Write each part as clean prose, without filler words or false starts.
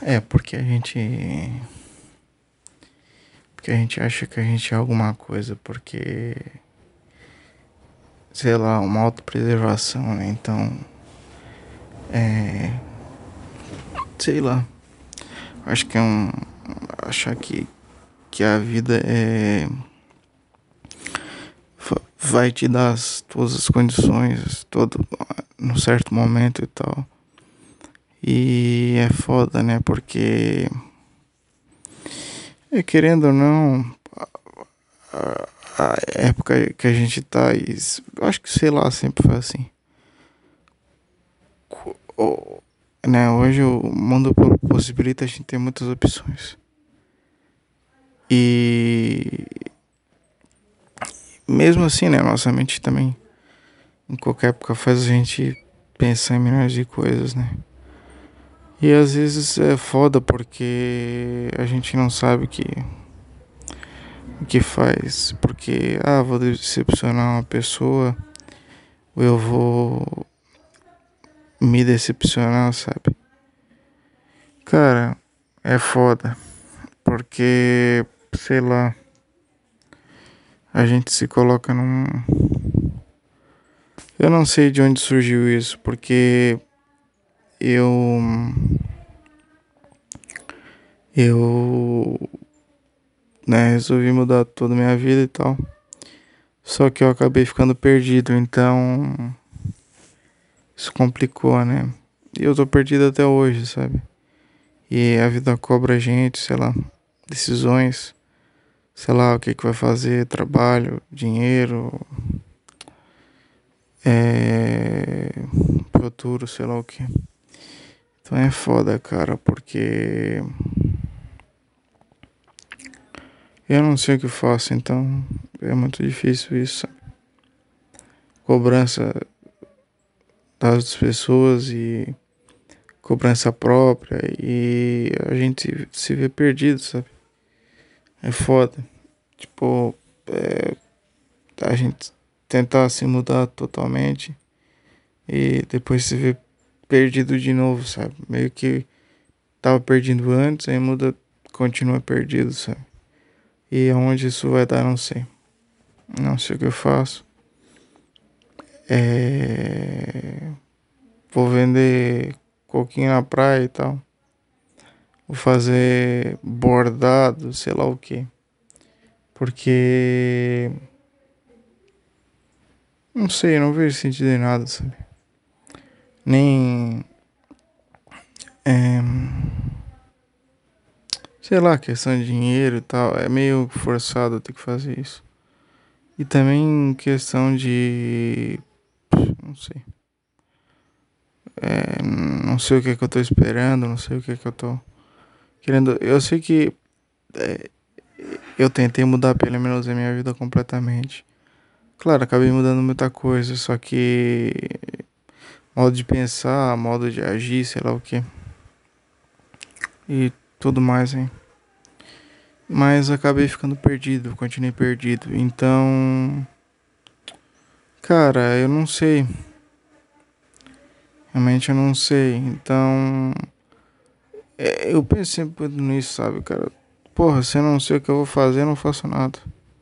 Porque a gente. Porque a gente acha que a gente é alguma coisa, porque. Sei lá, uma autopreservação, né? Então. É. Sei lá. Acho que é um. Achar que a vida é. Vai te dar todas as condições, todo. Num certo momento e tal. E é foda, né? Porque. Querendo ou não, a época que a gente tá, eu acho que sei lá, sempre foi assim. Né, hoje o mundo possibilita a gente ter muitas opções. E mesmo assim, né, nossa mente também, em qualquer época, faz a gente pensar em milhões de coisas, né? E às vezes é foda porque a gente não sabe o que faz. Porque, vou decepcionar uma pessoa, ou eu vou me decepcionar, sabe? Cara, é foda. Porque, sei lá, a gente se coloca num. Eu não sei de onde surgiu isso, porque eu. Eu. Né, resolvi mudar toda a minha vida e tal. Só que eu acabei ficando perdido, então. Isso complicou, né? E eu tô perdido até hoje, sabe? E a vida cobra a gente, sei lá, decisões, sei lá, o que que vai fazer, trabalho, dinheiro, é, futuro, sei lá o que. Então é foda, cara, porque eu não sei o que eu faço, então é muito difícil isso, sabe? Cobrança das pessoas e cobrança própria e a gente se vê perdido, sabe? É foda. Tipo, é, a gente tentar se mudar totalmente e depois se vê perdido de novo, sabe? Meio que tava perdido antes, aí muda, continua perdido, sabe? E aonde isso vai dar, não sei. Não sei o que eu faço. É... Vou vender coquinho na praia e tal. Vou fazer bordado, sei lá o que. Porque. Não sei, eu não vejo sentido em nada, sabe? Nem. É... Sei lá, questão de dinheiro e tal. É meio forçado eu ter que fazer isso. E também questão de. Não sei. Não sei o que é que eu tô esperando, não sei o que é que eu tô querendo. Eu sei que é, eu tentei mudar pelo menos a minha vida completamente. Claro, acabei mudando muita coisa, só que modo de pensar, modo de agir, sei lá o que. E tudo mais, hein. Mas acabei ficando perdido, continuei perdido. Então, cara, eu não sei. Realmente eu não sei. Então, eu pensei muito nisso, sabe, cara? Porra, se eu não sei o que eu vou fazer, eu não faço nada.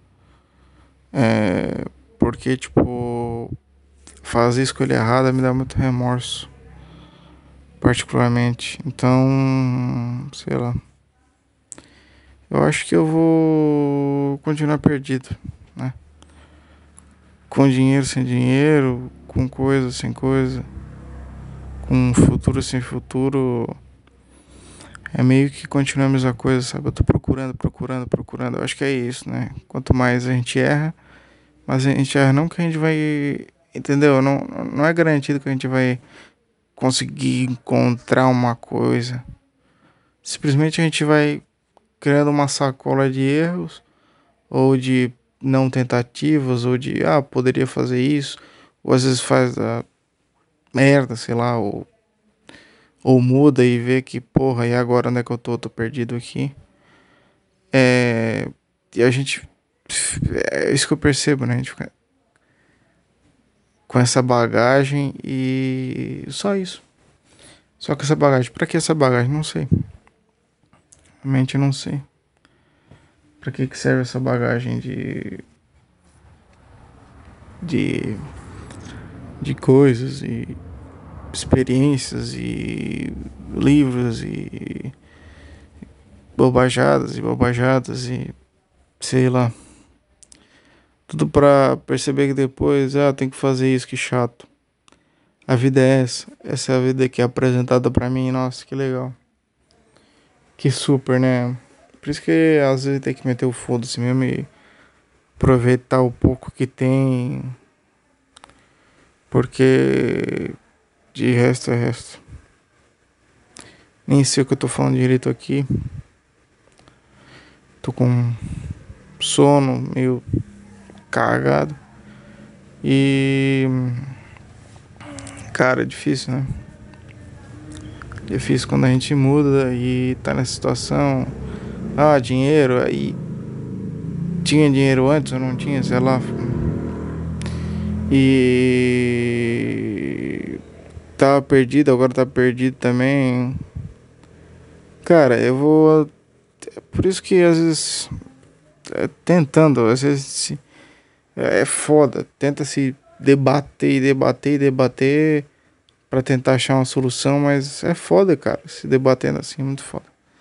É, porque, tipo, fazer escolha errada me dá muito remorso, particularmente. Então, sei lá. Eu acho que eu vou continuar perdido, né? Com dinheiro sem dinheiro, com coisa sem coisa, com futuro sem futuro. É meio que continua a mesma coisa, sabe? Eu tô procurando, procurando, procurando. Eu acho que é isso, né? Quanto mais a gente erra, mas a gente erra não que a gente vai. Entendeu? Não é garantido que a gente vai conseguir encontrar uma coisa. Simplesmente a gente vai criando uma sacola de erros, ou de não tentativas, ou de, poderia fazer isso, ou às vezes faz merda, sei lá, ou muda e vê que, porra, e agora onde é que eu tô? Tô perdido aqui. É, e a gente. É isso que eu percebo, né? A gente fica com essa bagagem e só isso. Só com essa bagagem. Pra que essa bagagem? Não sei. Realmente eu não sei. Pra que serve essa bagagem de, de coisas e experiências e livros e bobajadas e sei lá. Tudo pra perceber que depois, tem que fazer isso, que chato. A vida é essa. Essa é a vida que é apresentada pra mim. Nossa, que legal. Que super, né? Por isso que às vezes tem que meter o foda-se mesmo e aproveitar o pouco que tem. Porque de resto é resto. Nem sei o que eu tô falando direito aqui. Tô com sono, meio cagado. E. Cara, é difícil, né? Difícil quando a gente muda e tá nessa situação. Dinheiro, aí. Tinha dinheiro antes ou não tinha, sei lá. E. Tava perdido, agora tá perdido também. Cara, eu vou. Por isso que às vezes. Tentando, às vezes. É foda. Tenta se debater e debater e debater pra tentar achar uma solução, mas é foda, cara. Se debatendo assim é muito foda.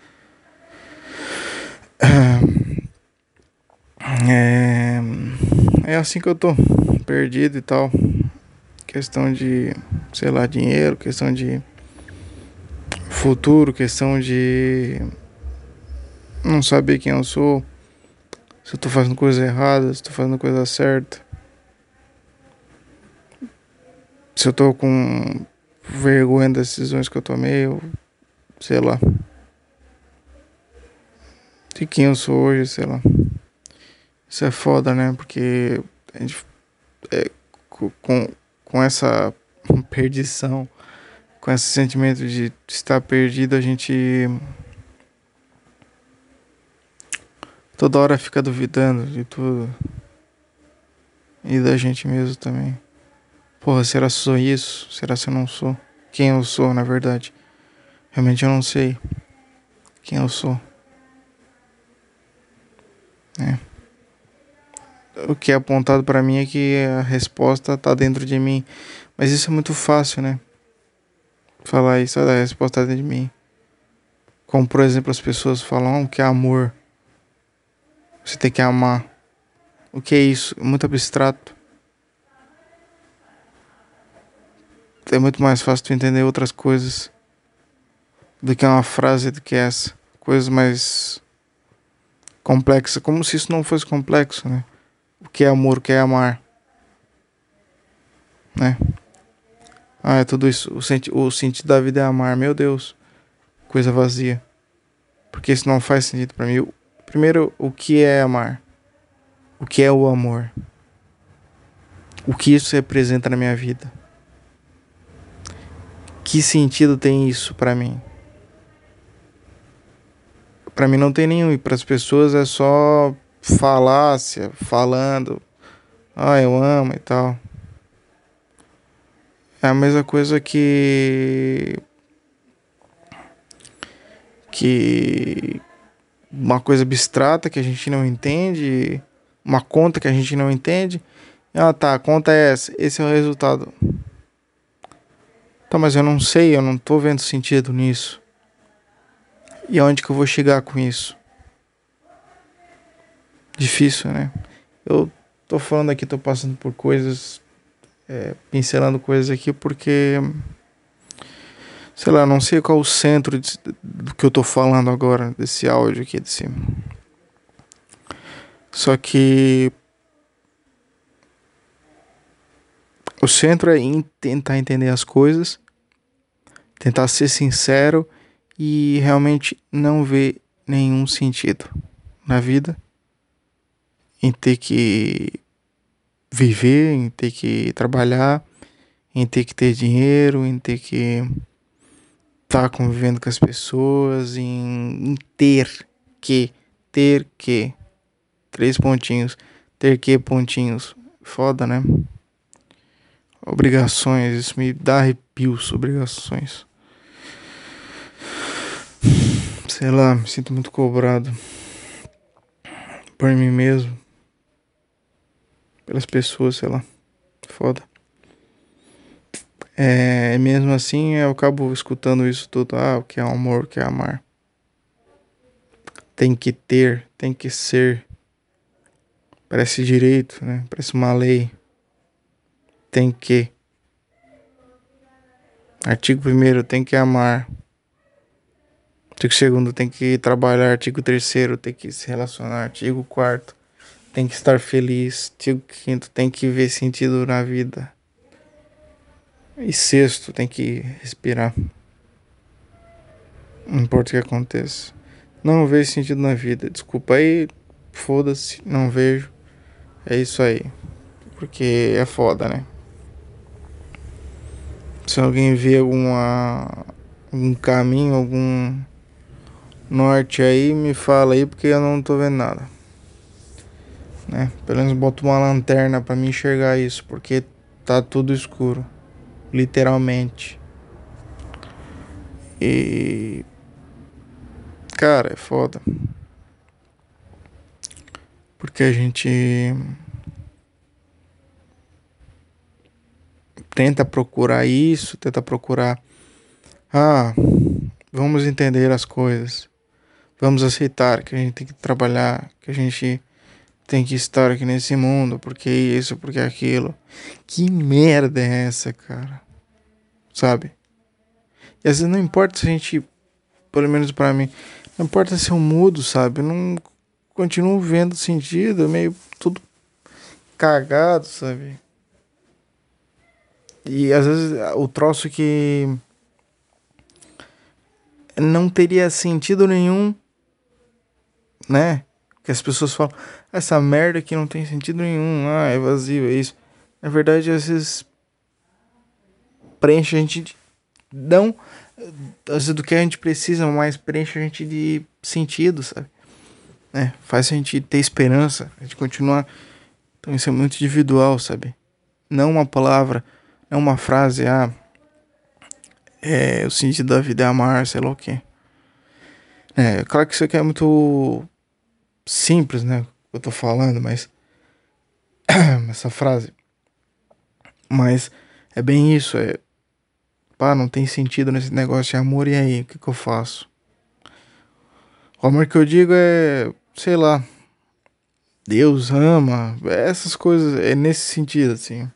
É, é assim que eu tô, perdido e tal. Questão de, sei lá, dinheiro, questão de futuro, questão de não saber quem eu sou, se eu tô fazendo coisa errada, se eu tô fazendo coisa certa, se eu tô com vergonha das decisões que eu tomei, ou sei lá, de quem eu sou hoje, sei lá. Isso é foda, né? Porque a gente, é, com essa perdição, com esse sentimento de estar perdido, a gente toda hora fica duvidando de tudo e da gente mesmo também. Porra, será que sou isso? Será que eu não sou? Quem eu sou, na verdade? Realmente eu não sei quem eu sou, né? O que é apontado pra mim é que a resposta tá dentro de mim. Mas isso é muito fácil, né? Falar isso, a resposta tá dentro de mim. Como, por exemplo, as pessoas falam que é amor. Você tem que amar. O que é isso? É muito abstrato. É muito mais fácil tu entender outras coisas do que uma frase do que essa. Coisas mais complexas. Como se isso não fosse complexo, né? O que é amor, o que é amar, né? É tudo isso. O sentido da vida é amar. Meu Deus. Coisa vazia. Porque isso não faz sentido pra mim. Primeiro, o que é amar? O que é o amor? O que isso representa na minha vida? Que sentido tem isso pra mim? Pra mim não tem nenhum. E pras pessoas é só falácia, falando. Eu amo e tal. É a mesma coisa que uma coisa abstrata que a gente não entende, uma conta que a gente não entende. Tá, a conta é essa, esse é o resultado. Tá, mas eu não sei, eu não tô vendo sentido nisso. E aonde que eu vou chegar com isso? Difícil, né? Eu tô falando aqui, tô passando por coisas, pincelando coisas aqui porque, sei lá, não sei qual o centro do que eu tô falando agora, desse áudio aqui de cima. Só que o centro é tentar entender as coisas, tentar ser sincero e realmente não ver nenhum sentido na vida, em ter que viver, em ter que trabalhar, em ter que ter dinheiro, em ter que estar convivendo com as pessoas, em ter que, três pontinhos, ter que pontinhos, foda, né? Obrigações, isso me dá arrepios, obrigações. Sei lá, me sinto muito cobrado por mim mesmo, pelas pessoas, sei lá. Foda. Mesmo assim, eu acabo escutando isso tudo. Ah, o que é amor, o que é amar. Tem que ter, tem que ser. Parece direito, né? Parece uma lei. Tem que. Artigo primeiro tem que amar. Artigo segundo tem que trabalhar. Artigo terceiro tem que se relacionar. Artigo quarto tem que estar feliz. Artigo quinto tem que ver sentido na vida. E sexto tem que respirar. Não importa o que aconteça. Não vejo sentido na vida. Desculpa aí. Foda-se. Não vejo. É isso aí. Porque é foda, né? Se alguém vê algum caminho, algum norte aí, me fala aí, porque eu não tô vendo nada, né? Pelo menos bota uma lanterna pra me enxergar isso, porque tá tudo escuro, literalmente. E cara, é foda, porque a gente tenta procurar isso, tenta procurar, ah, vamos entender as coisas. Vamos aceitar que a gente tem que trabalhar, que a gente tem que estar aqui nesse mundo, porque isso, porque aquilo. Que merda é essa, cara? Sabe? E às vezes não importa se a gente, pelo menos pra mim, não importa se eu mudo, sabe? Eu não continuo vendo sentido, meio tudo cagado, sabe? E às vezes o troço que não teria sentido nenhum, né? Que as pessoas falam, essa merda aqui não tem sentido nenhum, ah, é vazio, é isso. Na verdade, às vezes preenche a gente não às vezes do que a gente precisa, mas preenche a gente de sentido, sabe? Né? Faz a gente ter esperança, a gente continuar. Então isso é muito individual, sabe? Não uma palavra, não uma frase, o sentido da vida é amar, sei lá o quê. Claro que isso aqui é muito simples, né? Eu tô falando, mas essa frase. Mas é bem isso, pá, não tem sentido nesse negócio de amor, e aí, o que que eu faço? O amor que eu digo é, sei lá, Deus ama, essas coisas, é nesse sentido, assim.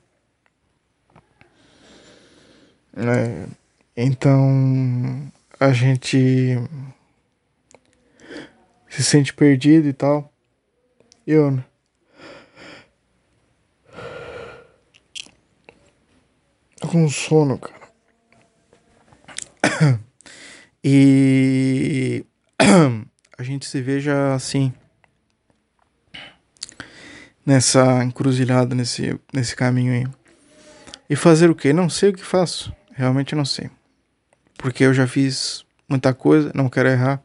Né? Então, a gente se sente perdido e tal. Eu, né? Tô com sono, cara. E a gente se veja assim, nessa encruzilhada, nesse caminho aí. E fazer o quê? Não sei o que faço. Realmente não sei. Porque eu já fiz muita coisa, não quero errar.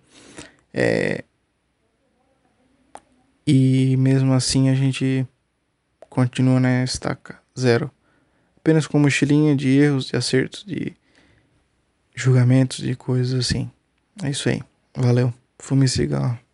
E mesmo assim a gente continua na estaca zero. Apenas com mochilinha de erros, de acertos, de julgamentos, de coisas assim. É isso aí. Valeu. Fume cigarro.